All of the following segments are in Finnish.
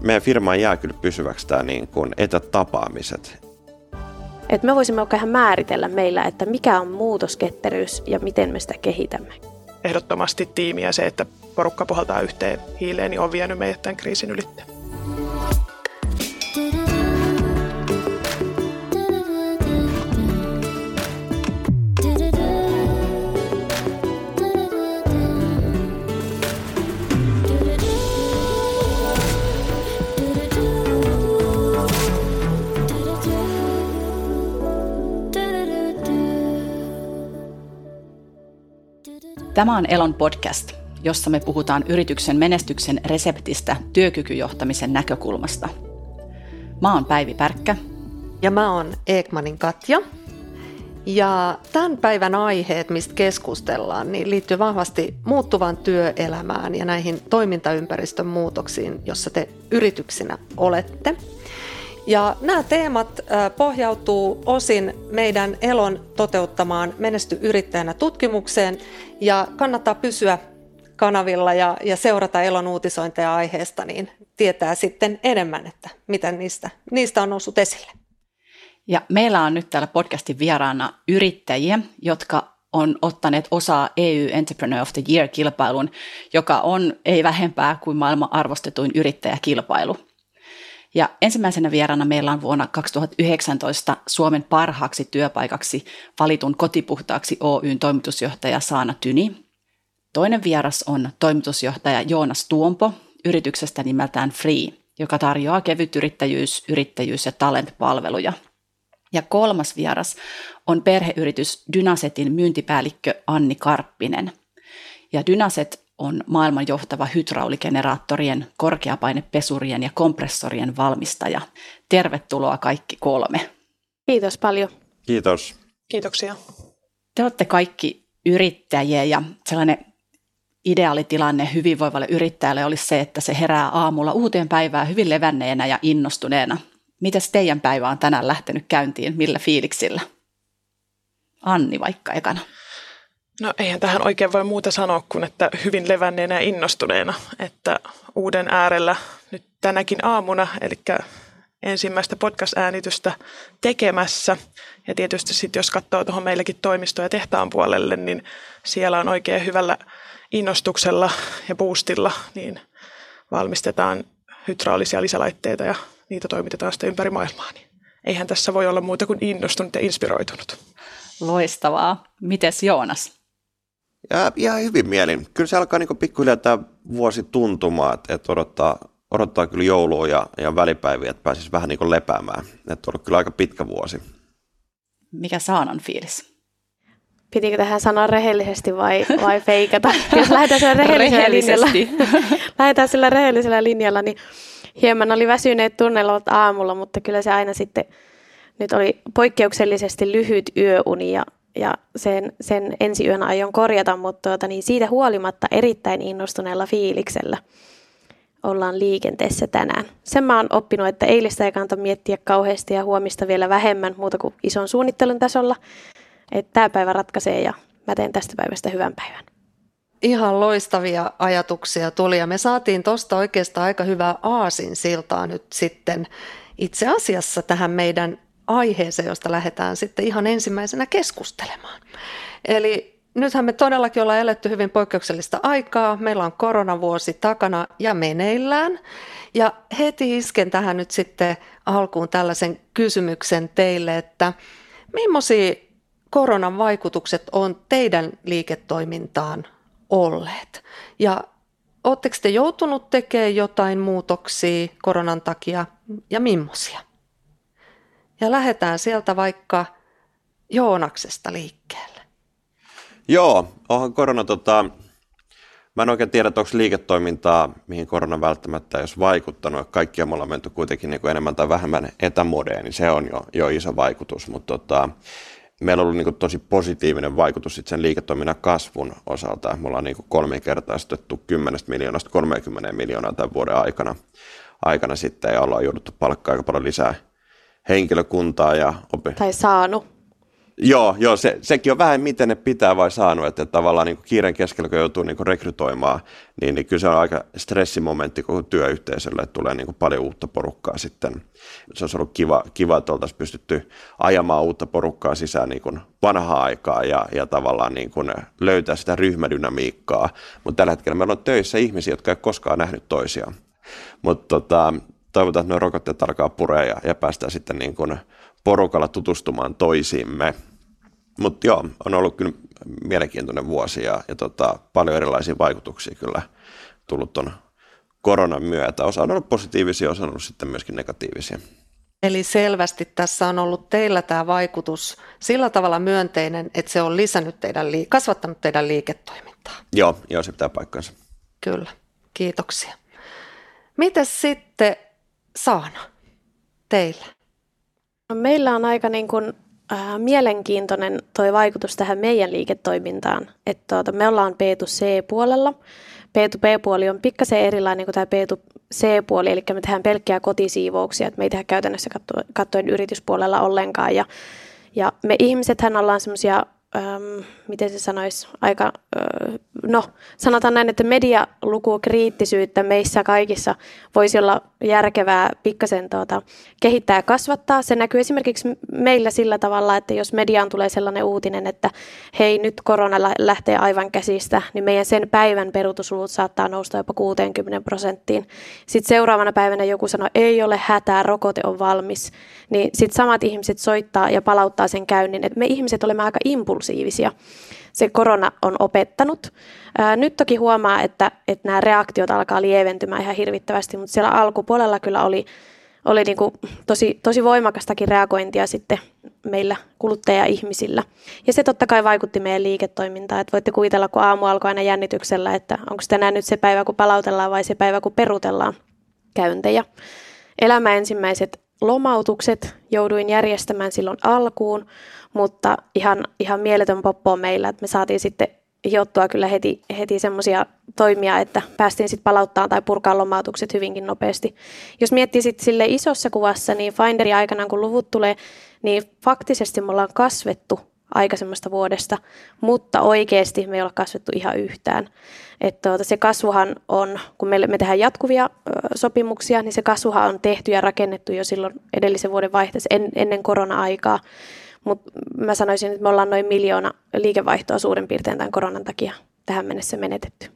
meidän firmaan jää kyllä pysyväksi tämä niin kuin etätapaamiset. Että me voisimme oikein määritellä meillä, että mikä on muutosketteryys ja miten me sitä kehitämme. Ehdottomasti tiimi ja se, että porukka puhaltaa yhteen hiileen, niin on vienyt meidät tämän kriisin ylitte. Tämä on Elon podcast, jossa me puhutaan yrityksen menestyksen reseptistä työkykyjohtamisen näkökulmasta. Mä oon Päivi Pärkkä. Ja mä oon Ekmanin Katja. Ja tämän päivän aiheet, mistä keskustellaan, niin liittyy vahvasti muuttuvaan työelämään ja näihin toimintaympäristön muutoksiin, jossa te yrityksinä olette. Ja nämä teemat pohjautuu osin meidän Elon toteuttamaan Menesty yrittäjänä -tutkimukseen ja kannattaa pysyä kanavilla ja seurata Elon uutisointeja aiheesta, niin tietää sitten enemmän, että mitä niistä on noussut esille. Ja meillä on nyt täällä podcastin vieraana yrittäjiä, jotka on ottaneet osaa EU Entrepreneur of the Year-kilpailuun, joka on ei vähempää kuin maailman arvostetuin yrittäjäkilpailu. Ja ensimmäisenä vieraana meillä on vuonna 2019 Suomen parhaaksi työpaikaksi valitun Kotipuhtaaksi Oyn toimitusjohtaja Saana Tyni. Toinen vieras on toimitusjohtaja Joonas Tuompo yrityksestä nimeltään Free, joka tarjoaa kevytyrittäjyys, yrittäjyys ja talent-palveluja. Ja kolmas vieras on perheyritys Dynasetin myyntipäällikkö Anni Karppinen. Ja Dynaset on maailman johtava hydrauligeneraattorien, korkeapainepesurien ja kompressorien valmistaja. Tervetuloa kaikki kolme. Kiitos paljon. Kiitos. Kiitoksia. Te olette kaikki yrittäjiä ja sellainen ideaalitilanne hyvinvoivalle yrittäjälle olisi se, että se herää aamulla uuteen päivään hyvin levänneenä ja innostuneena. Mitäs teidän päivä on tänään lähtenyt käyntiin? Millä fiiliksillä? Anni vaikka ekana. No eihän tähän oikein voi muuta sanoa kuin, että hyvin levänneenä ja innostuneena, että uuden äärellä nyt tänäkin aamuna, eli ensimmäistä podcast-äänitystä tekemässä. Ja tietysti sitten jos katsoo tuohon meillekin toimisto- ja tehtaan puolelle, niin siellä on oikein hyvällä innostuksella ja boostilla, niin valmistetaan hydraulisia lisälaitteita ja niitä toimitetaan sitten ympäri maailmaa. Niin eihän tässä voi olla muuta kuin innostunut ja inspiroitunut. Loistavaa. Mites Joonas? Ja ihan hyvin mielin. Kyllä se alkaa niin pikkuhiljaa tämä vuosi tuntumaan, että odottaa kyllä joulua ja välipäiviä, että pääsisi vähän niin lepäämään. Että on ollut kyllä aika pitkä vuosi. Mikä Saanan fiilis? Pitikö tähän sanoa rehellisesti vai feikata? Jos lähdetään sillä rehellisellä linjalla, niin hieman oli väsyneet tunnelmat aamulla, mutta kyllä se aina sitten, nyt oli poikkeuksellisesti lyhyt yöuni ja sen ensi yönä aion korjata, mutta niin siitä huolimatta erittäin innostuneella fiiliksellä ollaan liikenteessä tänään. Sen mä oon oppinut, että eilistä ei kannata miettiä kauheasti ja huomista vielä vähemmän muuta kuin ison suunnittelun tasolla. Että tämä päivä ratkaisee ja mä teen tästä päivästä hyvän päivän. Ihan loistavia ajatuksia tuli ja me saatiin tuosta oikeastaan aika hyvää aasinsiltaa nyt sitten itse asiassa tähän meidän aiheeseen, josta lähdetään sitten ihan ensimmäisenä keskustelemaan. Eli nythän me todellakin ollaan eletty hyvin poikkeuksellista aikaa. Meillä on koronavuosi takana ja meneillään. Ja heti isken tähän nyt sitten alkuun tällaisen kysymyksen teille, että millaisia koronan vaikutukset on teidän liiketoimintaan olleet? Ja oletteko te joutunut tekemään jotain muutoksia koronan takia ja millaisia? Ja lähdetään sieltä vaikka Joonaksesta liikkeelle. Joo, onhan korona, mä en oikein tiedä, onko liiketoimintaa, mihin korona välttämättä ei olisi vaikuttanut. Kaikkia me ollaan menty kuitenkin niin kuin enemmän tai vähemmän etämodeen, niin se on jo iso vaikutus, mutta meillä on ollut niin kuin tosi positiivinen vaikutus sen liiketoiminnan kasvun osalta. Me ollaan niin kuin 3-kertaistettu 10 miljoonasta 30 miljoonaa tämän vuoden aikana sitten ja ollaan jouduttu palkkaa aika paljon lisää henkilökuntaa. Tai saanut. Joo, sekin on vähän miten ne pitää vai saanut, että tavallaan niin kiireen keskellä, kun joutuu niin rekrytoimaan, niin kyllä se on aika stressimomentti koko työyhteisölle, että tulee niin paljon uutta porukkaa sitten. Se on ollut kiva, että oltaisiin pystytty ajamaan uutta porukkaa sisään niin vanhaa aikaa ja tavallaan niin löytää sitä ryhmädynamiikkaa, mutta tällä hetkellä meillä on töissä ihmisiä, jotka ei koskaan nähnyt toisiaan, mutta toivotaan, että nuo rokotteet alkaa purea ja päästään sitten niin porukalla tutustumaan toisiimme. Mutta joo, on ollut kyllä mielenkiintoinen vuosi ja paljon erilaisia vaikutuksia kyllä tullut tuon koronan myötä. Osa on ollut positiivisia, osa on ollut sitten myöskin negatiivisia. Eli selvästi tässä on ollut teillä tämä vaikutus sillä tavalla myönteinen, että se on lisännyt kasvattanut teidän liiketoimintaa. Joo, se pitää paikkansa. Kyllä, kiitoksia. Mites sitten Saana, teillä? No, meillä on aika mielenkiintoinen toi vaikutus tähän meidän liiketoimintaan. Että me ollaan B2C-puolella. B2B-puoli on pikkasen erilainen kuin tämä B2C-puoli, eli me tehdään pelkkiä kotisiivouksia, että me ei tehdä käytännössä katsoen yrityspuolella ollenkaan. Ja me ihmisethän ollaan semmoisia, miten se sanoisi, aika, sanotaan näin, että medialukukriittisyyttä meissä kaikissa voisi olla järkevää pikkasen kehittää ja kasvattaa. Se näkyy esimerkiksi meillä sillä tavalla, että jos mediaan tulee sellainen uutinen, että hei, nyt korona lähtee aivan käsistä, niin meidän sen päivän peruutusluvut saattaa nousta jopa 60%. Sitten seuraavana päivänä joku sanoo, ei ole hätää, rokote on valmis. Niin sitten samat ihmiset soittaa ja palauttaa sen käynnin, että me ihmiset olemme aika impulsiivisia. Se korona on opettanut. Nyt toki huomaa, että nämä reaktiot alkaa lieventymään ihan hirvittävästi, mutta siellä alkupuolella kyllä oli niin kuin tosi voimakastakin reagointia sitten meillä kuluttaja-ihmisillä. Ja se totta kai vaikutti meidän liiketoimintaan. Että voitte kuvitella, kun aamu alkoi aina jännityksellä, että onko tänään nyt se päivä, kun palautellaan vai se päivä, kun peruutellaan käyntejä. Elämän ensimmäiset lomautukset jouduin järjestämään silloin alkuun, mutta ihan mieletön poppo on meillä, että me saatiin sitten hiottua kyllä heti semmoisia toimia, että päästiin sitten palauttaa tai purkaa lomautukset hyvinkin nopeasti. Jos miettii sitten sille isossa kuvassa, niin Finderin aikana kun luvut tulee, niin faktisesti me ollaan kasvettu aikaisemmasta vuodesta, mutta oikeasti me ei olla kasvettu ihan yhtään. Että se kasvuhan on, kun me tehdään jatkuvia sopimuksia, niin se kasvuhan on tehty ja rakennettu jo silloin edellisen vuoden vaihteessa ennen korona-aikaa. Mutta mä sanoisin, että me ollaan noin 1 miljoona liikevaihtoa suurin piirtein tämän koronan takia tähän mennessä menetetty.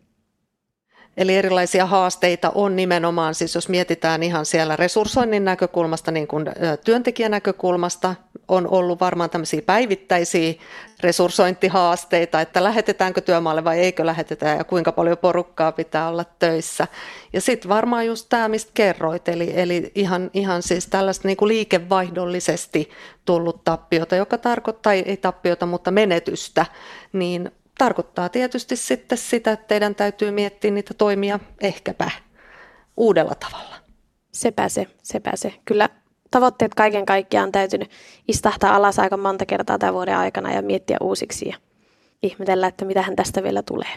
Eli erilaisia haasteita on nimenomaan, siis jos mietitään ihan siellä resurssoinnin näkökulmasta, niin kuin työntekijän näkökulmasta, on ollut varmaan tämmöisiä päivittäisiä resurssointihaasteita, että lähetetäänkö työmaalle vai eikö lähetetä ja kuinka paljon porukkaa pitää olla töissä. Ja sitten varmaan just tämä, mistä kerroit, eli ihan siis tällaista niin kuin liikevaihdollisesti tullut tappiota, joka tarkoittaa, ei tappiota, mutta menetystä, niin tarkoittaa tietysti sitten sitä, että teidän täytyy miettiä niitä toimia ehkäpä uudella tavalla. Sepä se. Kyllä tavoitteet kaiken kaikkiaan on täytynyt istahtaa alas aika monta kertaa tämän vuoden aikana ja miettiä uusiksi ja ihmetellä, että mitähän tästä vielä tulee.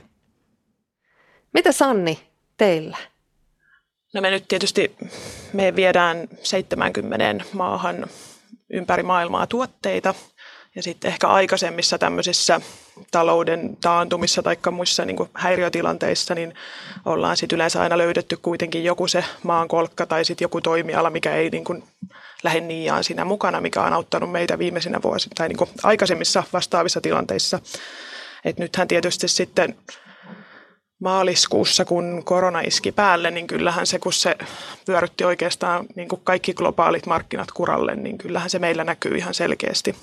Mitä Sanni, teillä? No me nyt tietysti me viedään 70 maahan ympäri maailmaa tuotteita. Ja sitten ehkä aikaisemmissa tämmöisissä talouden taantumissa tai muissa niin kuin häiriötilanteissa, niin ollaan sitten yleensä aina löydetty kuitenkin joku se maankolkka tai sitten joku toimiala, mikä ei niin kuin lähde niiaan siinä mukana, mikä on auttanut meitä viimeisinä vuosina tai niin kuin aikaisemmissa vastaavissa tilanteissa. Et nythän tietysti sitten maaliskuussa, kun korona iski päälle, niin kyllähän se, kun se vyörytti oikeastaan niin kuin kaikki globaalit markkinat kuralle, niin kyllähän se meillä näkyy ihan selkeästi.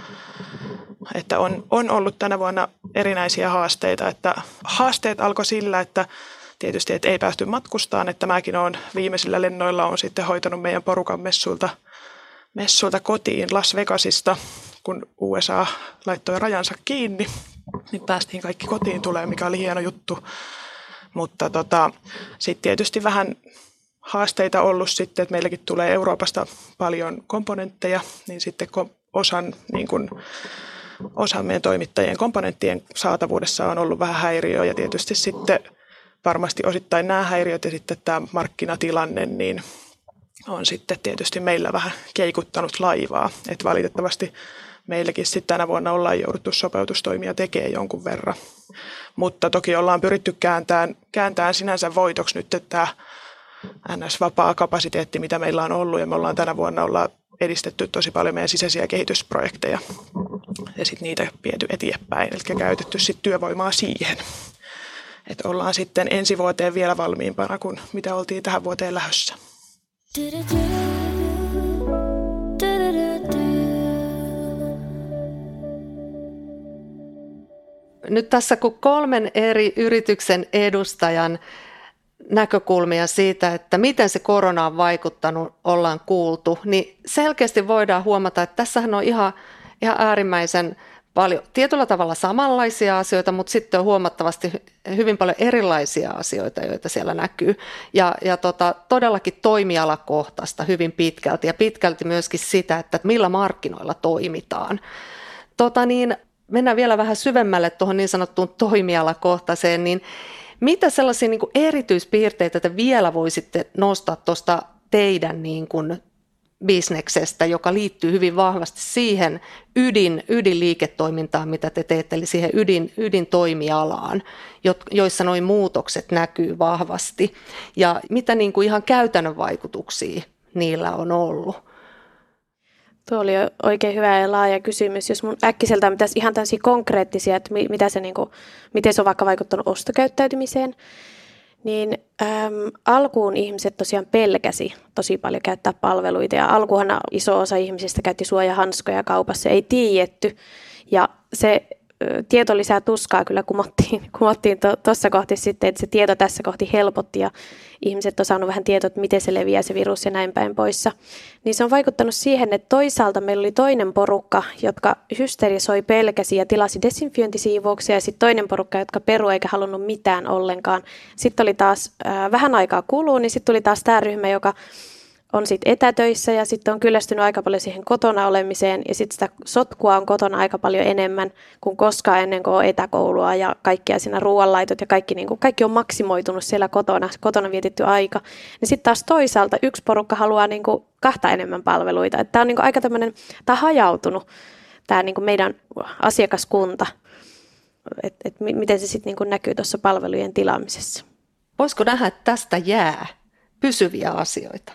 Että on ollut tänä vuonna erinäisiä haasteita. Että haasteet alkoi sillä, että tietysti että ei päästy matkustamaan, että mäkin olen viimeisillä lennoilla on sitten hoitanut meidän porukan messuilta kotiin Las Vegasista, kun USA laittoi rajansa kiinni, niin päästiin kaikki kotiin tulemaan, mikä oli hieno juttu. Mutta sitten tietysti vähän haasteita ollut sitten, että meilläkin tulee Euroopasta paljon komponentteja, niin sitten osan meidän toimittajien komponenttien saatavuudessa on ollut vähän häiriöä ja tietysti sitten varmasti osittain nämä häiriöt ja sitten tämä markkinatilanne, niin on sitten tietysti meillä vähän keikuttanut laivaa. Että valitettavasti meilläkin sitten tänä vuonna ollaan jouduttu sopeutustoimia tekemään jonkun verran. Mutta toki ollaan pyritty kääntämään sinänsä voitoksi nyt, että tämä NS-vapaa kapasiteetti, mitä meillä on ollut, ja me ollaan tänä vuonna edistetty tosi paljon meidän sisäisiä kehitysprojekteja ja sitten niitä viety eteenpäin, eli käytetty sitten työvoimaa siihen. Että ollaan sitten ensi vuoteen vielä valmiimpana kuin mitä oltiin tähän vuoteen lähdössä. Nyt tässä kun 3 eri yrityksen edustajan näkökulmia siitä, että miten se korona on vaikuttanut, ollaan kuultu, niin selkeästi voidaan huomata, että tässähän on ihan äärimmäisen paljon tietyllä tavalla samanlaisia asioita, mutta sitten on huomattavasti hyvin paljon erilaisia asioita, joita siellä näkyy. Ja todellakin toimialakohtaista hyvin pitkälti ja pitkälti myöskin sitä, että millä markkinoilla toimitaan. Mennään vielä vähän syvemmälle tuohon niin sanottuun toimialakohtaiseen, niin mitä sellaisia niin kuin erityispiirteitä te vielä voisitte nostaa tuosta teidän niin kuin bisneksestä, joka liittyy hyvin vahvasti siihen ydinliiketoimintaan, mitä te teette, eli siihen ydintoimialaan, joissa nuo muutokset näkyy vahvasti, ja mitä niin kuin ihan käytännön vaikutuksia niillä on ollut? Tuo oli oikein hyvä ja laaja kysymys. Jos mun äkkiseltään pitäisi ihan tämmöisiä konkreettisia, että miten se on vaikka vaikuttanut ostokäyttäytymiseen, niin alkuun ihmiset tosiaan pelkäsi tosi paljon käyttää palveluita. Ja alkuunhan iso osa ihmisistä käytti suojahanskoja kaupassa, ei tiedetty. Ja se tieto lisää tuskaa kyllä kumottiin tuossa kohti sitten, että se tieto tässä kohti helpotti ja ihmiset on saanut vähän tietoa, että miten se leviää se virus ja näin päin poissa. Niin se on vaikuttanut siihen, että toisaalta meillä oli toinen porukka, jotka hysterisoi, pelkäsi ja tilasi desinfiointisiivouksia ja sitten toinen porukka, jotka peru eikä halunnut mitään ollenkaan. Sitten oli taas vähän aikaa kuluu, niin sitten tuli taas tämä ryhmä, joka on sitten etätöissä ja sitten on kyllästynyt aika paljon siihen kotona olemiseen ja sitten sitä sotkua on kotona aika paljon enemmän kuin koskaan ennen kuin on etäkoulua ja kaikkia siinä ruoanlaitot ja kaikki on maksimoitunut siellä kotona vietetty aika. Niin sitten taas toisaalta yksi porukka haluaa kahta enemmän palveluita. Tämä on aika tämmöinen, tämä on hajautunut, tämä meidän asiakaskunta, että miten se sitten näkyy tuossa palvelujen tilaamisessa. Voisiko nähdä, että tästä jää pysyviä asioita?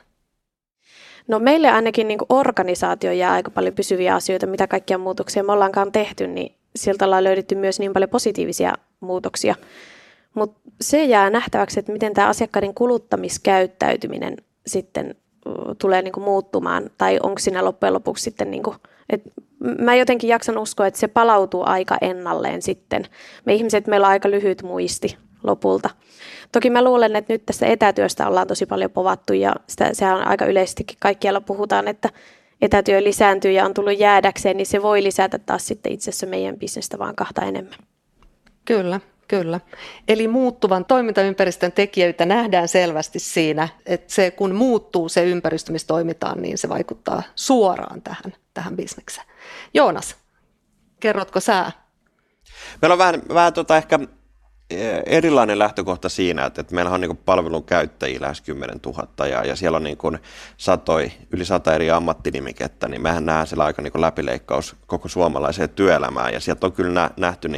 No meille ainakin organisaatio jää aika paljon pysyviä asioita, mitä kaikkia muutoksia me ollaankaan tehty, niin siltä ollaan löydetty myös niin paljon positiivisia muutoksia. Mutta se jää nähtäväksi, että miten tämä asiakkaiden kuluttamiskäyttäytyminen sitten tulee muuttumaan, tai onko siinä loppujen lopuksi sitten, että mä jotenkin jaksan uskoa, että se palautuu aika ennalleen sitten. Me ihmiset, meillä on aika lyhyt muisti lopulta. Toki mä luulen, että nyt tästä etätyöstä ollaan tosi paljon povattu ja sehän on aika yleisestikin kaikkialla puhutaan, että etätyö lisääntyy ja on tullut jäädäkseen, niin se voi lisätä taas sitten itse asiassa meidän bisnestä vaan kahta enemmän. Kyllä. Eli muuttuvan toimintaympäristön tekijöitä nähdään selvästi siinä, että se kun muuttuu se ympäristö, missä toimitaan, niin se vaikuttaa suoraan tähän bisnekseen. Joonas, kerrotko sä? Meillä on vähän ehkä erilainen lähtökohta siinä, että meillä on palvelun käyttäjiä lähes 10 000 ja siellä on yli 100 eri ammattinimikettä, niin mehän nähdään siellä aika läpileikkaus koko suomalaiseen työelämään ja sieltä on kyllä nähty,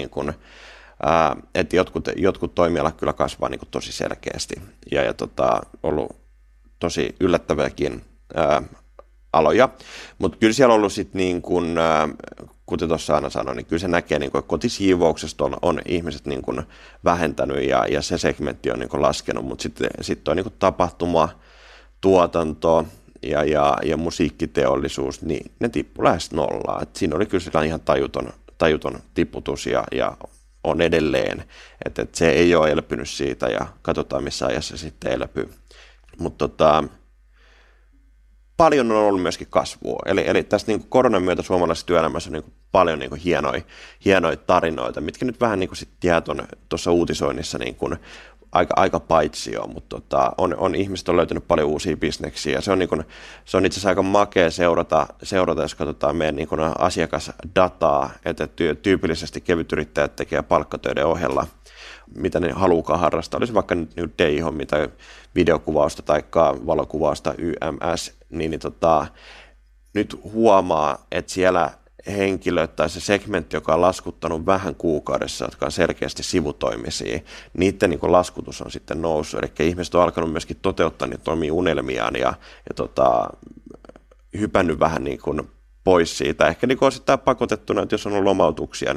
että jotkut toimialat kyllä kasvaa tosi selkeästi ja ollut tosi yllättäviäkin aloja, mutta kyllä siellä on ollut sitten kuten tuossa Anna sanoi, niin kyllä se näkee, että kotisiivouksesta on ihmiset vähentänyt ja se segmentti on laskenut, mutta sitten on tapahtuma, tuotanto ja musiikkiteollisuus, niin ne tippui lähes nollaan. Et siinä oli kyllä ihan tajuton tipputus ja on edelleen, että se ei ole elpynyt siitä ja katsotaan missä ajassa sitten elpyy. Mutta paljon on ollut myöskin kasvua. Eli tässä koronan myötä suomalaisessa työelämässä on paljon hienoja tarinoita, mitkä nyt vähän sit jää tuossa uutisoinnissa aika paitsioon, mutta ihmiset on löytänyt paljon uusia bisneksiä. Se on itse asiassa aika makea seurata, jos katsotaan meidän asiakasdataa, että tyypillisesti kevytyrittäjät tekee palkkatöiden ohella, mitä ne haluukaan harrastaa. Olisi vaikka nyt day-hommia tai videokuvausta tai valokuvausta YMS, niin nyt huomaa, että siellä henkilö tai se segmentti, joka on laskuttanut vähän kuukaudessa, jotka on selkeästi sivutoimisia, niiden niin kuin laskutus on sitten noussut. Eli ihmiset on alkanut myöskin toteuttaa niitä omia unelmiaan ja hypännyt vähän niin kuin pois siitä. Ehkä niin osittain pakotettuna, että jos on ollut lomautuksia,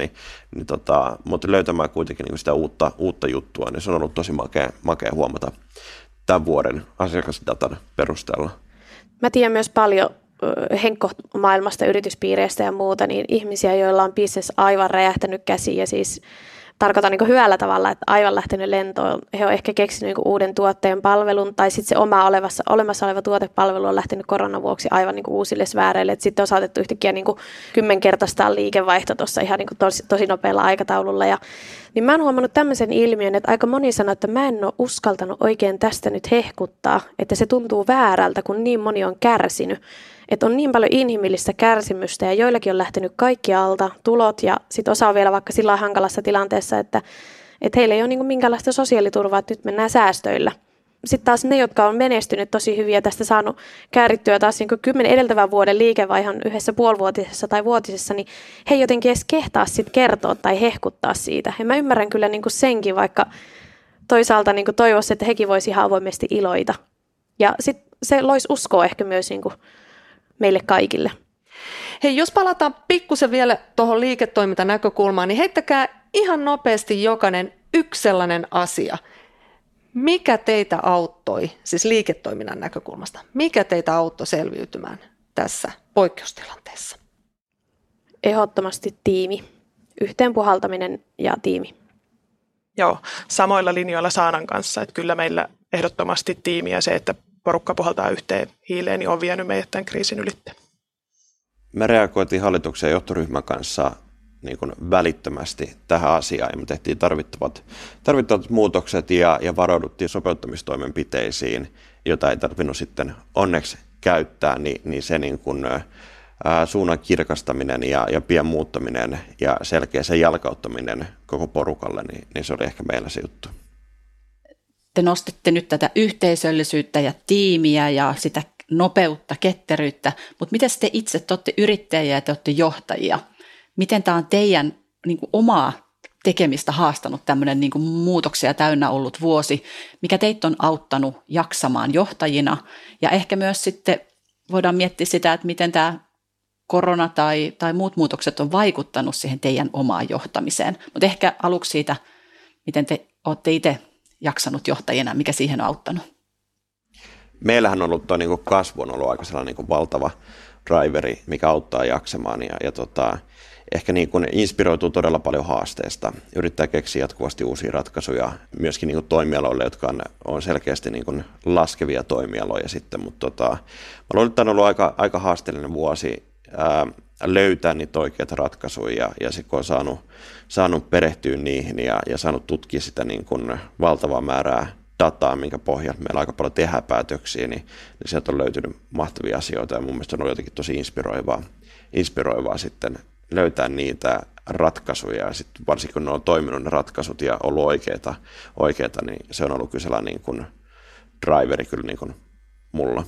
mutta löytämään kuitenkin niin sitä uutta juttua, niin se on ollut tosi makea huomata tämän vuoden asiakasdatan perusteella. Mä tiedän myös paljon henkkomaailmasta, yrityspiireistä ja muuta, niin ihmisiä, joilla on business aivan räjähtänyt käsiin ja siis tarkoitan niin hyvällä tavalla, että aivan lähtenyt lentoon. He on ehkä keksinyt niin uuden tuotteen palvelun tai sitten se oma olemassa oleva tuotepalvelu on lähtenyt koronan vuoksi aivan niin uusille sfääreille. Et sitten on saatettu yhtäkkiä niin 10-kertaistaa liikevaihto tuossa ihan niin tosi nopealla aikataululla. Niin mä oon huomannut tämmöisen ilmiön, että aika moni sanoo, että mä en ole uskaltanut oikein tästä nyt hehkuttaa, että se tuntuu väärältä, kun niin moni on kärsinyt. Että on niin paljon inhimillistä kärsimystä ja joillakin on lähtenyt kaikki alta, tulot ja sitten osa on vielä vaikka sillä hankalassa tilanteessa, että heillä ei ole niinku minkäänlaista sosiaaliturvaa, että nyt mennään säästöillä. Sitten taas ne, jotka on menestynyt tosi hyvin ja tästä saanut käärittyä taas niinku 10 edeltävän vuoden liikevaihon yhdessä puolivuotisessa tai vuotisessa, niin he ei jotenkin edes kehtaa sit kertoa tai hehkuttaa siitä. Ja mä ymmärrän kyllä niinku senkin, vaikka toisaalta niinku toivoisi, että hekin voisi ihan avoimesti iloita. Ja sitten se loisi uskoa ehkä myös niinku meille kaikille. Hei, jos palataan pikkusen vielä tuohon liiketoimintanäkökulmaan, niin heittäkää ihan nopeasti jokainen yksi sellainen asia. Mikä teitä auttoi, siis liiketoiminnan näkökulmasta, mikä teitä auttoi selviytymään tässä poikkeustilanteessa? Ehdottomasti tiimi. Yhteenpuhaltaminen ja tiimi. Joo, samoilla linjoilla Saanan kanssa, että kyllä meillä ehdottomasti tiimi ja se, että porukka puhaltaa yhteen hiileen, niin on vienyt meidät tämän kriisin ylitte. Me reagoitiin hallituksen johtoryhmän kanssa niin kuin välittömästi tähän asiaan ja me tehtiin tarvittavat muutokset ja varauduttiin sopeuttamistoimenpiteisiin, jota ei tarvinnut sitten onneksi käyttää, niin se niin kuin, suunnan kirkastaminen ja pian muuttaminen ja selkeä se jalkauttaminen koko porukalle, niin se oli ehkä meillä se juttu. Te nostitte nyt tätä yhteisöllisyyttä ja tiimiä ja sitä nopeutta, ketteryyttä, mutta miten te itse, te olette yrittäjiä ja te olette johtajia? Miten tämä on teidän niin kuin omaa tekemistä haastanut tämmöinen niin kuin muutoksia täynnä ollut vuosi, mikä teitä on auttanut jaksamaan johtajina ja ehkä myös sitten voidaan miettiä sitä, että miten tämä korona tai muut muutokset on vaikuttanut siihen teidän omaan johtamiseen, mutta ehkä aluksi siitä, miten te olette itse jaksanut johtajina, mikä siihen on auttanut? Meillähän on ollut tuo niin kasvu on ollut aika sellainen niin valtava driveri, mikä auttaa jaksamaan ja ehkä niin kuin inspiroituu todella paljon haasteesta. Yrittää keksiä jatkuvasti uusia ratkaisuja myöskin niin kuin toimialoille, jotka on selkeästi niin kuin laskevia toimialoja sitten, mutta mä luulen, että tämä on ollut aika haasteellinen vuosi löytää niitä oikeita ratkaisuja ja sitten kun on saanut perehtyä niihin ja saanut tutkia sitä niin kuin valtavaa määrää dataa, minkä pohjalta meillä aika paljon tehdään päätöksiä, niin sieltä on löytynyt mahtavia asioita ja mun mielestä on ollut jotenkin tosi inspiroivaa sitten löytää niitä ratkaisuja ja sitten varsinkin kun ne on toiminut ne ratkaisut ja ollut oikeita niin se on ollut kyllä sellainen niin kuin driveri kyllä niin kuin mulla.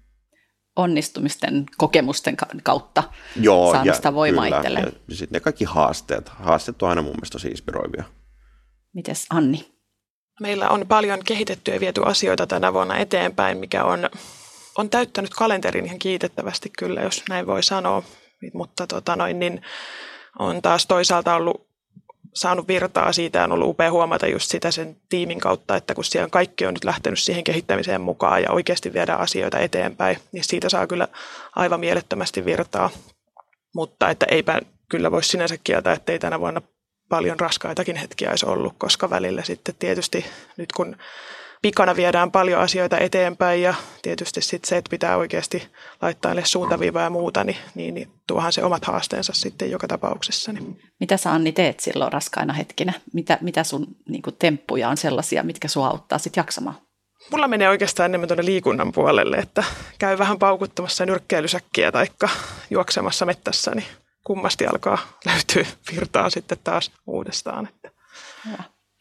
Onnistumisten kokemusten kautta saanut sitä voimaa itselleen. Ja sitten ne kaikki haasteet on aina mun mielestä tosi inspiroivia. Mites Anni? Meillä on paljon kehitetty ja viety asioita tänä vuonna eteenpäin, mikä on täyttänyt kalenterin ihan kiitettävästi kyllä, jos näin voi sanoa, mutta niin on taas toisaalta saanut virtaa siitä ja on ollut upea huomata just sitä sen tiimin kautta, että kun siellä kaikki on nyt lähtenyt siihen kehittämiseen mukaan ja oikeasti viedään asioita eteenpäin, niin siitä saa kyllä aivan mielettömästi virtaa, mutta että eipä kyllä voi sinänsä kieltää, että ei tänä vuonna paljon raskaitakin hetkiä olisi ollut, koska välillä sitten tietysti nyt kun pikana viedään paljon asioita eteenpäin ja tietysti sitten se, että pitää oikeasti laittaa niille suuntaviivaa ja muuta, niin tuohan se omat haasteensa sitten joka tapauksessa. Niin. Mitä sä Anni teet silloin raskaina hetkinä? Mitä sun niin kuin temppuja on sellaisia, mitkä sua auttaa sitten jaksamaan? Mulla menee oikeastaan enemmän tuonne liikunnan puolelle, että käy vähän paukuttamassa nyrkkeilysäkkiä tai juoksemassa mettässä, niin kummasti alkaa löytyä virtaa sitten taas uudestaan.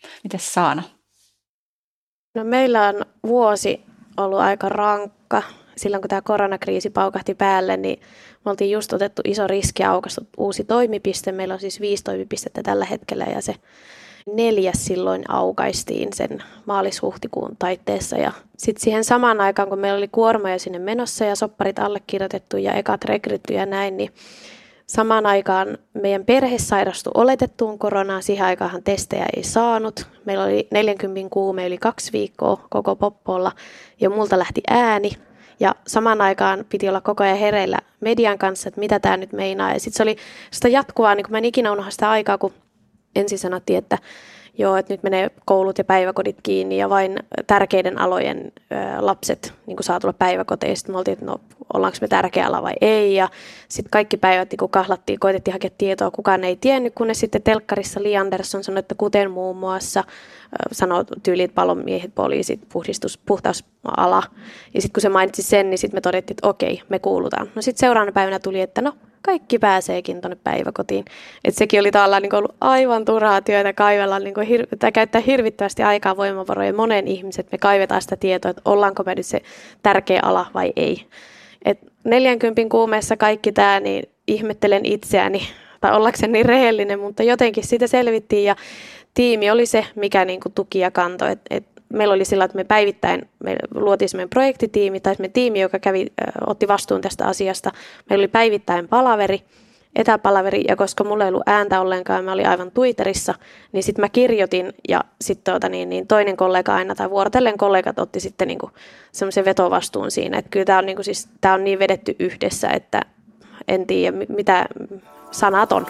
Mites Saana? No meillä on vuosi ollut aika rankka silloin kun tämä koronakriisi paukahti päälle, niin me oltiin just otettu iso riski ja aukaistu uusi toimipiste. Meillä on siis 5 toimipistettä tällä hetkellä ja se 4 silloin aukaistiin sen maalis-huhtikuun taitteessa. Ja sitten siihen samaan aikaan, kun meillä oli kuormoja sinne menossa ja sopparit allekirjoitettu ja ekat rekrytty ja näin, niin samaan aikaan meidän perhe sairastui oletettuun koronaan. Siihen aikaanhan testejä ei saanut. Meillä oli 40 kuume yli 2 viikkoa koko Poppoolla ja multa lähti ääni. Ja samaan aikaan piti olla koko ajan hereillä median kanssa, että mitä tämä nyt meinaa. Ja sitten se oli sitä jatkuvaa, niin kuin mä en ikinä unohda sitä aikaa, kun ensin sanottiin, että joo, että nyt menee koulut ja päiväkodit kiinni ja vain tärkeiden alojen lapset niin saa tulla päiväkotiin. Sitten me oltiin, että no ollaanko me tärkeä ala vai ei. Ja sitten kaikki päivät, kun kahlattiin, koitettiin hakea tietoa, kukaan ei tiennyt, kunnes sitten telkkarissa Li Andersson sanoi, että kuten muun muassa sanoi tyyliin palomiehet, poliisit, puhtausala. Ja sitten kun se mainitsi sen, niin sitten me todettiin, että okei, me kuulutaan. No sitten seuraavana päivänä tuli, että no kaikki pääseekin tuonne päiväkotiin. Että sekin oli tavallaan niin ollut aivan turhaa työtä kaivella, niin tai käyttää hirvittävästi aikaa voimavaroja monen ihmiset. Me kaivetaan sitä tietoa, että ollaanko me nyt se tärkeä ala vai ei. Et 40 kuumeessa kaikki tämä, niin ihmettelen itseäni, tai ollakseni niin rehellinen, mutta jotenkin siitä selvittiin ja tiimi oli se, mikä niin kuin tuki ja kantoi. Meillä oli sillä, että me päivittäin, me luotiin semmoinen projektitiimi tai semmoinen tiimi, joka otti vastuun tästä asiasta. Meillä oli päivittäin etäpalaveri, ja koska mulla ei ollut ääntä ollenkaan, mä olin aivan Twitterissä, niin sitten mä kirjoitin, ja sitten toinen kollega aina, tai vuorotellen kollegat otti sitten niinku semmoisen vetovastuun siinä. Että kyllä tämä on, niinku, siis, tää on niin vedetty yhdessä, että en tiedä, mitä sanat on.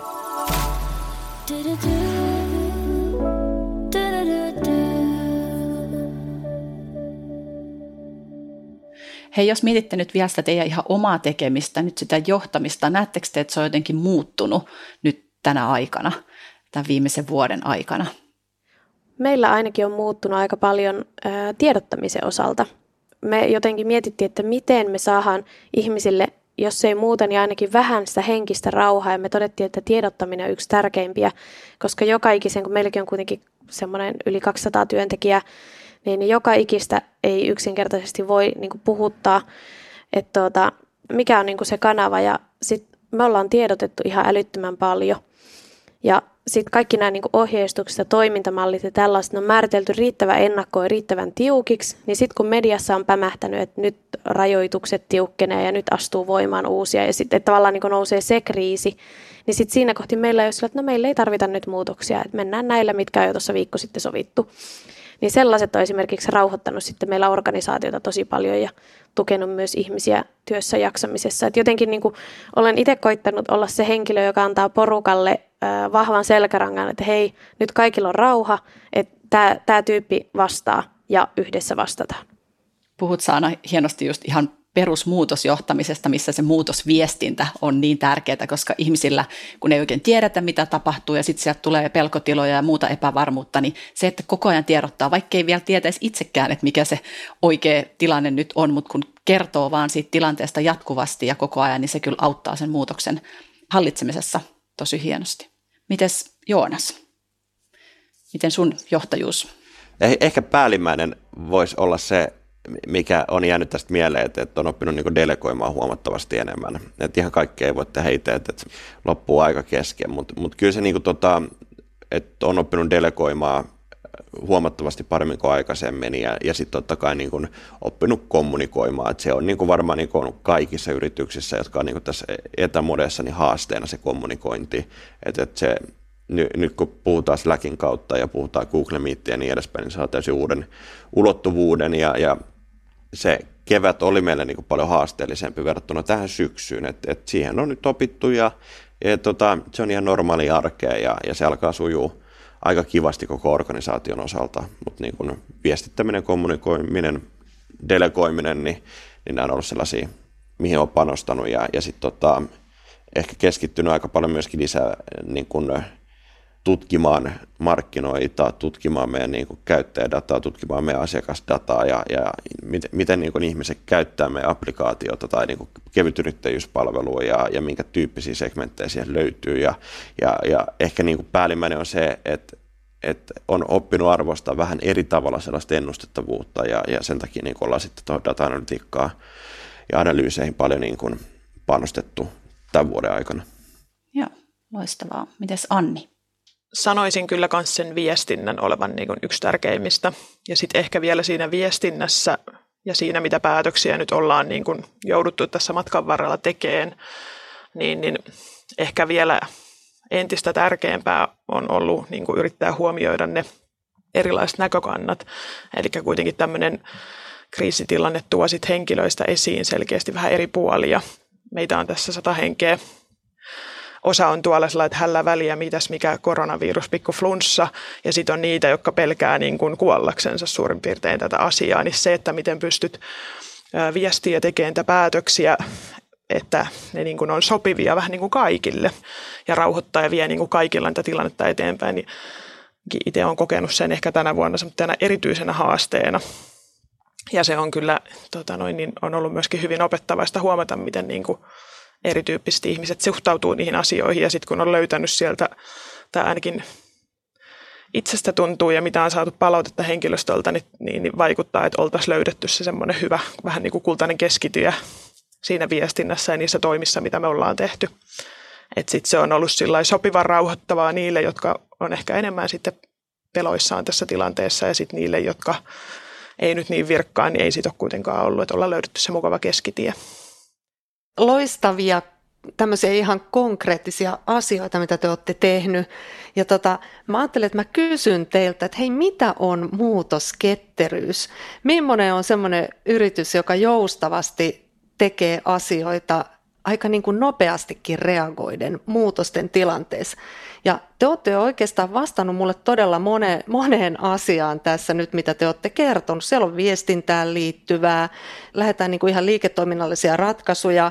Hei, jos mietitte nyt vielä sitä teidän ihan omaa tekemistä, nyt sitä johtamista, näettekö te, että se on jotenkin muuttunut nyt tänä aikana, tämän viimeisen vuoden aikana? Meillä ainakin on muuttunut aika paljon tiedottamisen osalta. Me jotenkin mietittiin, että miten me saadaan ihmisille, jos ei muuta, niin ainakin vähän sitä henkistä rauhaa. Ja me todettiin, että tiedottaminen on yksi tärkeimpiä, koska joka ikisen, kun meilläkin on kuitenkin semmoinen yli 200 työntekijää, niin joka ikistä ei yksinkertaisesti voi niin kuin puhuttaa, että mikä on niin kuin se kanava. Ja sitten me ollaan tiedotettu ihan älyttömän paljon. Ja sitten kaikki nämä niin kuin ohjeistukset ja toimintamallit ja tällaiset on määritelty riittävän ennakkoon ja riittävän tiukiksi. Niin sitten kun mediassa on pämähtänyt, että nyt rajoitukset tiukkenee ja nyt astuu voimaan uusia ja sitten tavallaan niin kuin nousee se kriisi, niin sitten siinä kohti meillä ei ole sillä, että no meillä ei tarvita nyt muutoksia, että mennään näillä, mitkä on jo tuossa viikko sitten sovittu. Niin sellaiset on esimerkiksi rauhoittanut sitten meillä organisaatiota tosi paljon ja tukenut myös ihmisiä työssä jaksamisessa. Et jotenkin niin kuin olen itse koittanut olla se henkilö, joka antaa porukalle vahvan selkärangan, että hei, nyt kaikilla on rauha, että tämä tyyppi vastaa ja yhdessä vastataan. Puhut Saana hienosti just ihan perusmuutosjohtamisesta, missä se muutosviestintä on niin tärkeää, koska ihmisillä, kun ei oikein tiedetä, mitä tapahtuu, ja sitten sieltä tulee pelkotiloja ja muuta epävarmuutta, niin se, että koko ajan tiedottaa, vaikka ei vielä tietäisi itsekään, että mikä se oikea tilanne nyt on, mutta kun kertoo vaan siitä tilanteesta jatkuvasti ja koko ajan, niin se kyllä auttaa sen muutoksen hallitsemisessa tosi hienosti. Mites Joonas? Miten sun johtajuus? Ehkä päällimmäinen voisi olla se, mikä on jäänyt tästä mieleen, että on oppinut niin kuin delegoimaan huomattavasti enemmän. Että ihan kaikkea ei voi tehdä itse, että loppuu aika kesken, mutta kyllä se, niin kuin että on oppinut delegoimaan huomattavasti paremmin kuin aikaisemmin ja sitten totta kai niin kuin oppinut kommunikoimaan. Että se on niin kuin varmaan niin kuin kaikissa yrityksissä, jotka on niin kuin tässä etämodessa, niin haasteena se kommunikointi. Että se nyt kun puhutaan Slackin kautta ja puhutaan Google Meetia ja niin edespäin, niin saa täysin uuden ulottuvuuden ja se kevät oli meille niin kuin paljon haasteellisempi verrattuna tähän syksyyn, että siihen on nyt opittu ja se on ihan normaali arkea ja se alkaa sujua aika kivasti koko organisaation osalta, mutta niin kuin viestittäminen, kommunikoiminen, delegoiminen, niin nämä on ollut sellaisia, mihin olen panostanut ja sitten ehkä keskittynyt aika paljon myöskin lisää niin kuin tutkimaan markkinoita, tutkimaan meidän niin kuin käyttäjädataa, tutkimaan meidän asiakasdataa ja miten niin kuin ihmiset käyttää meidän applikaatiota tai niin kuin kevytyrittäjyyspalvelua ja minkä tyyppisiä segmenttejä siihen löytyy. Ja ehkä niin kuin päällimmäinen on se, että on oppinut arvostaa vähän eri tavalla sellaista ennustettavuutta ja sen takia niin kuin ollaan sitten tuohon data-analytiikkaa ja analyyseihin paljon niin kuin panostettu tämän vuoden aikana. Joo, loistavaa. Mites Anni? Sanoisin kyllä myös sen viestinnän olevan niin kuin yksi tärkeimmistä. Ja sitten ehkä vielä siinä viestinnässä ja siinä, mitä päätöksiä nyt ollaan niin kuin jouduttu tässä matkan varrella tekemään, niin ehkä vielä entistä tärkeämpää on ollut niin kuin yrittää huomioida ne erilaiset näkökannat. Eli kuitenkin tämmöinen kriisitilanne tuo sit henkilöistä esiin selkeästi vähän eri puolia. Meitä on tässä 100 henkeä. Osa on tuolla sellainen, että hällä väliä, mikä koronavirus, pikku flunssa, ja sitten on niitä, jotka pelkää niin kuin kuollaksensa suurin piirtein tätä asiaa. Niin se, että miten pystyt viestiä ja tekemään niitä päätöksiä, että ne niin kuin on sopivia vähän niin kuin kaikille ja rauhoittaa ja vie niin kuin kaikilla niitä tilannetta eteenpäin, niin itse olen kokenut sen ehkä tänä vuonna tänä erityisenä haasteena. Ja se on kyllä niin on ollut myöskin hyvin opettavaista huomata, miten niin kuin erityyppisesti ihmiset suhtautuu niihin asioihin. Ja sitten kun on löytänyt sieltä, tai ainakin itsestä tuntuu ja mitä on saatu palautetta henkilöstöltä, niin vaikuttaa, että oltaisiin löydetty se semmoinen hyvä, vähän niin kuin kultainen keskitie siinä viestinnässä ja niissä toimissa, mitä me ollaan tehty. Että sitten se on ollut sillai sopivan rauhoittavaa niille, jotka on ehkä enemmän sitten peloissaan tässä tilanteessa, ja sitten niille, jotka ei nyt niin virkkaa, niin ei siitä ole kuitenkaan ollut, että ollaan löydetty se mukava keskitie. Loistavia tämmöisiä ihan konkreettisia asioita, mitä te olette tehnyt. Ja mä ajattelin, että mä kysyn teiltä, että hei, mitä on muutosketteryys? Millainen on semmoinen yritys, joka joustavasti tekee asioita aika niin kuin nopeastikin reagoiden muutosten tilanteessa? Ja te olette jo oikeastaan vastannut mulle todella moneen asiaan tässä nyt, mitä te olette kertonut. Siellä on viestintään liittyvää, lähdetään niin kuin ihan liiketoiminnallisia ratkaisuja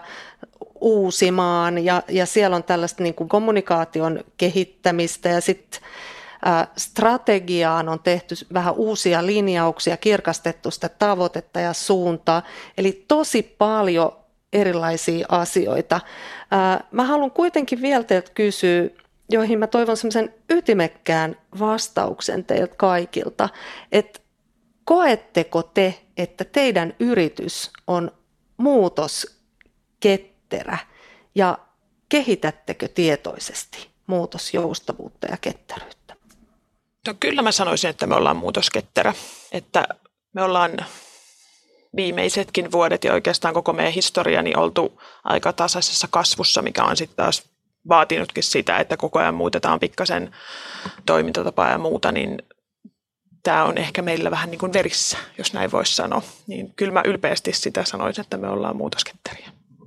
uusimaan ja siellä on tällaista niin kuin kommunikaation kehittämistä ja sitten strategiaan on tehty vähän uusia linjauksia, kirkastettu sitä tavoitetta ja suuntaa, eli tosi paljon erilaisia asioita. Mä haluan kuitenkin vielä teiltä kysyä, joihin mä toivon semmoisen ytimekkään vastauksen teiltä kaikilta, että koetteko te, että teidän yritys on muutosketterä ja kehitättekö tietoisesti muutosjoustavuutta ja ketteryyttä? No kyllä mä sanoisin, että me ollaan muutosketterä, että me ollaan viimeisetkin vuodet ja oikeastaan koko meidän historiani oltu aika tasaisessa kasvussa, mikä on sitten taas vaatinutkin sitä, että koko ajan muutetaan pikkasen toimintatapaa ja muuta, niin tämä on ehkä meillä vähän niin kuin verissä, jos näin voisi sanoa. Niin kyllä mä ylpeästi sitä sanoisin, että me ollaan muutosketteriä.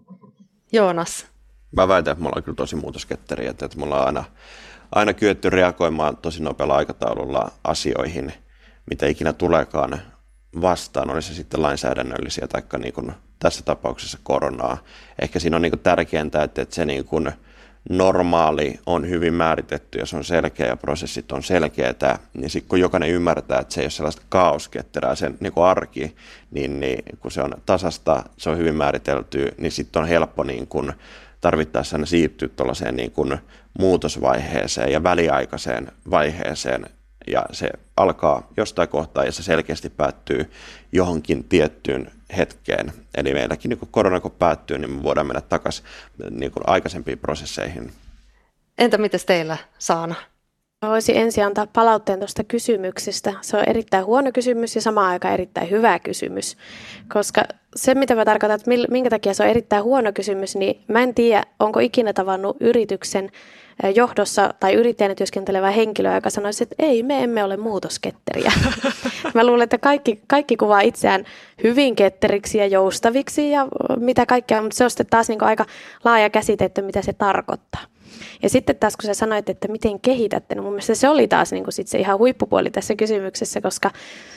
Joonas. Mä väitän, että me ollaan kyllä tosi muutosketteriä, että me ollaan aina kyetty reagoimaan tosi nopealla aikataululla asioihin, mitä ikinä tuleekaan vastaan, oli se sitten lainsäädännöllisiä tai niin kuin tässä tapauksessa koronaa. Ehkä siinä on niin kuin tärkeintä, että se niin kuin normaali on hyvin määritetty ja se on selkeä ja prosessit on selkeätä, niin sitten kun jokainen ymmärtää, että se ei ole sellaista kaosketterää sen niin kuin arki, niin kun se on tasasta, se on hyvin määritelty, niin sitten on helppo niin kuin tarvittaessa siirtyä tuollaiseen niin kuin muutosvaiheeseen ja väliaikaiseen vaiheeseen, ja se alkaa jostain kohtaa ja se selkeästi päättyy johonkin tiettyyn hetkeen. Eli meilläkin niin kun korona kun päättyy, niin me voidaan mennä takaisin niin kuin aikaisempiin prosesseihin. Entä mites teillä, Saana? Mä voisin ensin antaa palautteen tuosta kysymyksestä. Se on erittäin huono kysymys ja samaan aikaan erittäin hyvä kysymys. Koska se, mitä mä tarkoitan, että minkä takia se on erittäin huono kysymys, niin mä en tiedä, onko ikinä tavannut yrityksen johdossa tai yrittäjänä työskentelevä henkilö, joka sanoisi, että ei, me emme ole muutosketteriä. Mä luulen, että kaikki kuvaa itseään hyvin ketteriksi ja joustaviksi ja mitä kaikkea, mutta se on sitten taas niin kuin aika laaja käsite, että mitä se tarkoittaa. Ja sitten taas, kun sä sanoit, että miten kehitätte, niin mun mielestä se oli taas niin kuin sit se ihan huippupuoli tässä kysymyksessä, koska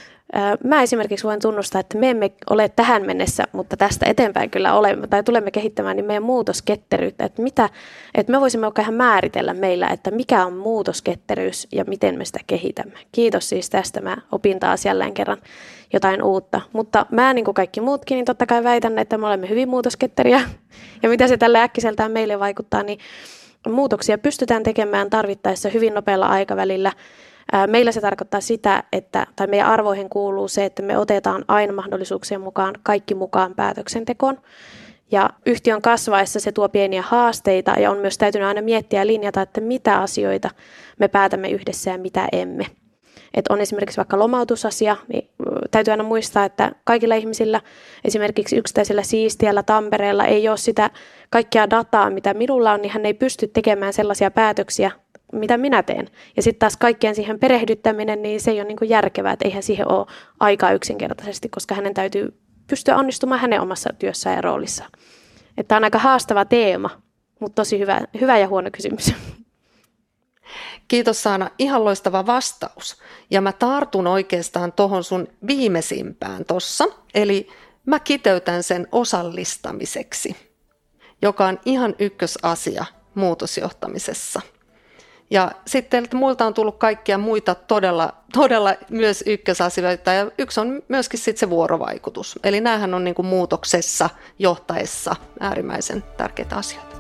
mä esimerkiksi voin tunnustaa, että me emme ole tähän mennessä, mutta tästä eteenpäin kyllä olemme, tai tulemme kehittämään niin meidän muutosketteryyttä, että me voisimme oikein määritellä meillä, että mikä on muutosketteryys ja miten me sitä kehitämme. Kiitos siis tästä, mä opin taas jälleen kerran jotain uutta, mutta mä niin kuin kaikki muutkin, niin totta kai väitän, että me olemme hyvin muutosketteriä, ja mitä se tällä äkkiseltään meille vaikuttaa, niin muutoksia pystytään tekemään tarvittaessa hyvin nopealla aikavälillä. Meillä se tarkoittaa sitä, tai meidän arvoihin kuuluu se, että me otetaan aina mahdollisuuksien mukaan kaikki mukaan päätöksentekoon. Ja yhtiön kasvaessa se tuo pieniä haasteita ja on myös täytynyt aina miettiä ja linjata, että mitä asioita me päätämme yhdessä ja mitä emme. Että on esimerkiksi vaikka lomautusasia, niin täytyy aina muistaa, että kaikilla ihmisillä, esimerkiksi yksittäisellä siistijällä Tampereella ei ole sitä kaikkea dataa, mitä minulla on, niin hän ei pysty tekemään sellaisia päätöksiä, mitä minä teen. Ja sitten taas kaikkien siihen perehdyttäminen, niin se ei ole niin kuin järkevää, että eihän siihen ole aikaa yksinkertaisesti, koska hänen täytyy pystyä onnistumaan hänen omassa työssään ja roolissaan. Tämä on aika haastava teema, mutta tosi hyvä ja huono kysymys. Kiitos Saana, ihan loistava vastaus. Ja mä tartun oikeastaan tuohon sun viimeisimpään tuossa, eli mä kiteytän sen osallistamiseksi, joka on ihan ykkösasia muutosjohtamisessa. Ja sitten muilta on tullut kaikkia muita todella myös ykkösasioita, ja yksi on myöskin sitten se vuorovaikutus. Eli näähän on niin kuin muutoksessa johtaessa äärimmäisen tärkeitä asioita.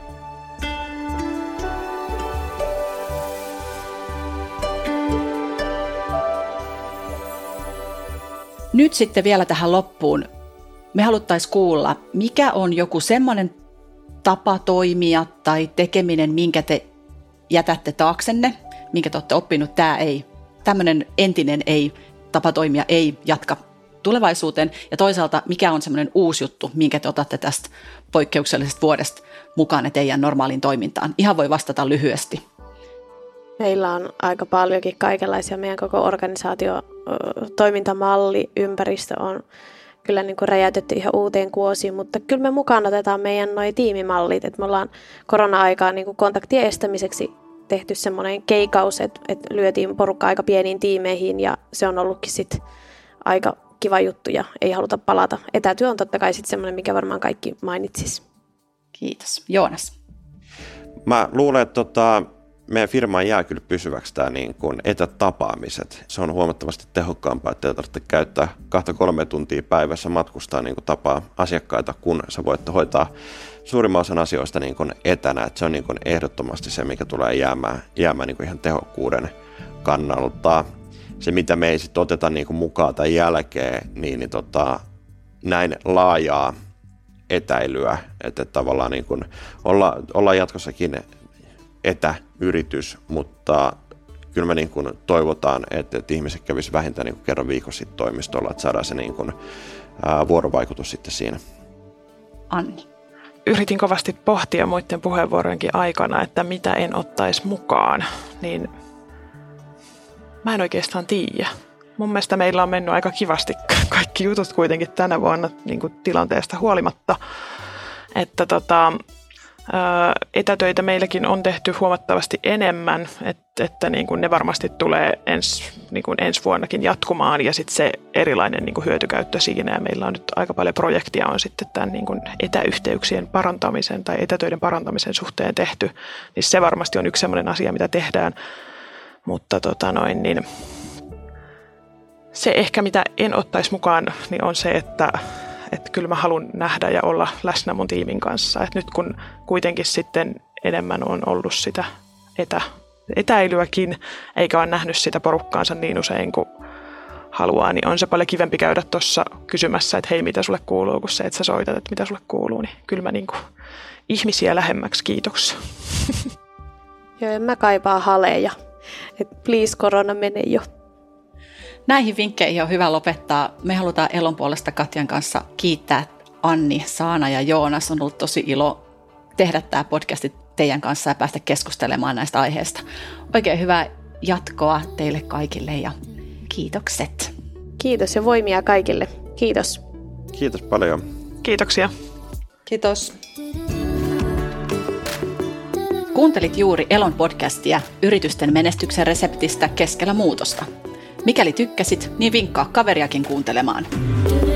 Nyt sitten vielä tähän loppuun. Me haluttaisiin kuulla, mikä on joku semmoinen tapa toimia tai tekeminen, minkä te jätätte taaksenne, minkä te olette oppinut, tämmöinen entinen tapa toimia ei jatka tulevaisuuteen. Ja toisaalta, mikä on semmoinen uusi juttu, minkä te otatte tästä poikkeuksellisesta vuodesta mukaan teidän normaaliin toimintaan. Ihan voi vastata lyhyesti. Meillä on aika paljonkin kaikenlaisia. Meidän koko organisaatio, toimintamalli, ympäristö on kyllä niin kuin räjäytetty ihan uuteen kuosiin, mutta kyllä me mukaan otetaan meidän noi tiimimallit. Et me ollaan korona-aikaan niin kuin kontaktien estämiseksi tehty semmoinen keikaus, että lyötiin porukka aika pieniin tiimeihin ja se on ollutkin sit aika kiva juttu ja ei haluta palata. Etätyö on totta kai sitten semmoinen, mikä varmaan kaikki mainitsis. Kiitos. Joonas. Mä luulen, että meidän firmaan jää kyllä pysyväksi tämä niin kuin etätapaamiset. Se on huomattavasti tehokkaampaa, että ei tarvitse käyttää 2-3 tuntia päivässä matkustaa niin kuin tapaa asiakkaita, kun sä voit hoitaa suurimman osan asioista niin kuin etänä. Että se on niin kuin ehdottomasti se, mikä tulee jäämään niin kuin ihan tehokkuuden kannalta. Se, mitä me ei sitten oteta niin kuin mukaan tai jälkeen, niin näin laajaa etäilyä, että tavallaan niin kuin ollaan jatkossakin etäyritys, mutta kyllä me niin kuin toivotaan, että ihmiset kävisivät vähintään niin kuin kerran viikossa sitten toimistolla, että saadaan se niin kuin vuorovaikutus sitten siinä. Anni. Yritin kovasti pohtia muiden puheenvuorojenkin aikana, että mitä en ottaisi mukaan, niin mä en oikeastaan tiedä. Mun mielestä meillä on mennyt aika kivasti kaikki jutut kuitenkin tänä vuonna niin kuin tilanteesta huolimatta, että etätöitä meilläkin on tehty huomattavasti enemmän, että niin kuin ne varmasti tulee ensi vuonnakin jatkumaan ja sitten se erilainen niin kuin hyötykäyttö siinä ja meillä on nyt aika paljon projektia on sitten tämän niin kuin etäyhteyksien parantamisen tai etätöiden parantamisen suhteen tehty, niin se varmasti on yksi sellainen asia, mitä tehdään, mutta niin se ehkä mitä en ottaisi mukaan, niin on se, että kyllä mä haluan nähdä ja olla läsnä mun tiimin kanssa. Et nyt kun kuitenkin sitten enemmän on ollut sitä etäilyäkin, eikä ole nähnyt sitä porukkaansa niin usein kuin haluaa, niin on se paljon kivempi käydä tuossa kysymässä, että hei, mitä sulle kuuluu, kun se, että sä soitat, että mitä sulle kuuluu. Niin kyllä mä niin kuin ihmisiä lähemmäksi, kiitoksia. Joo, en mä kaipaa haleja. Että please, korona mene jo. Näihin vinkkeihin on hyvä lopettaa. Me halutaan Elon puolesta Katjan kanssa kiittää Anni, Saana ja Joonas. On ollut tosi ilo tehdä tämä podcasti teidän kanssa ja päästä keskustelemaan näistä aiheista. Oikein hyvää jatkoa teille kaikille ja kiitokset. Kiitos ja voimia kaikille. Kiitos. Kiitos paljon. Kiitoksia. Kiitos. Kuuntelit juuri Elon podcastia yritysten menestyksen reseptistä keskellä muutosta. Mikäli tykkäsit, niin vinkkaa kaveriakin kuuntelemaan.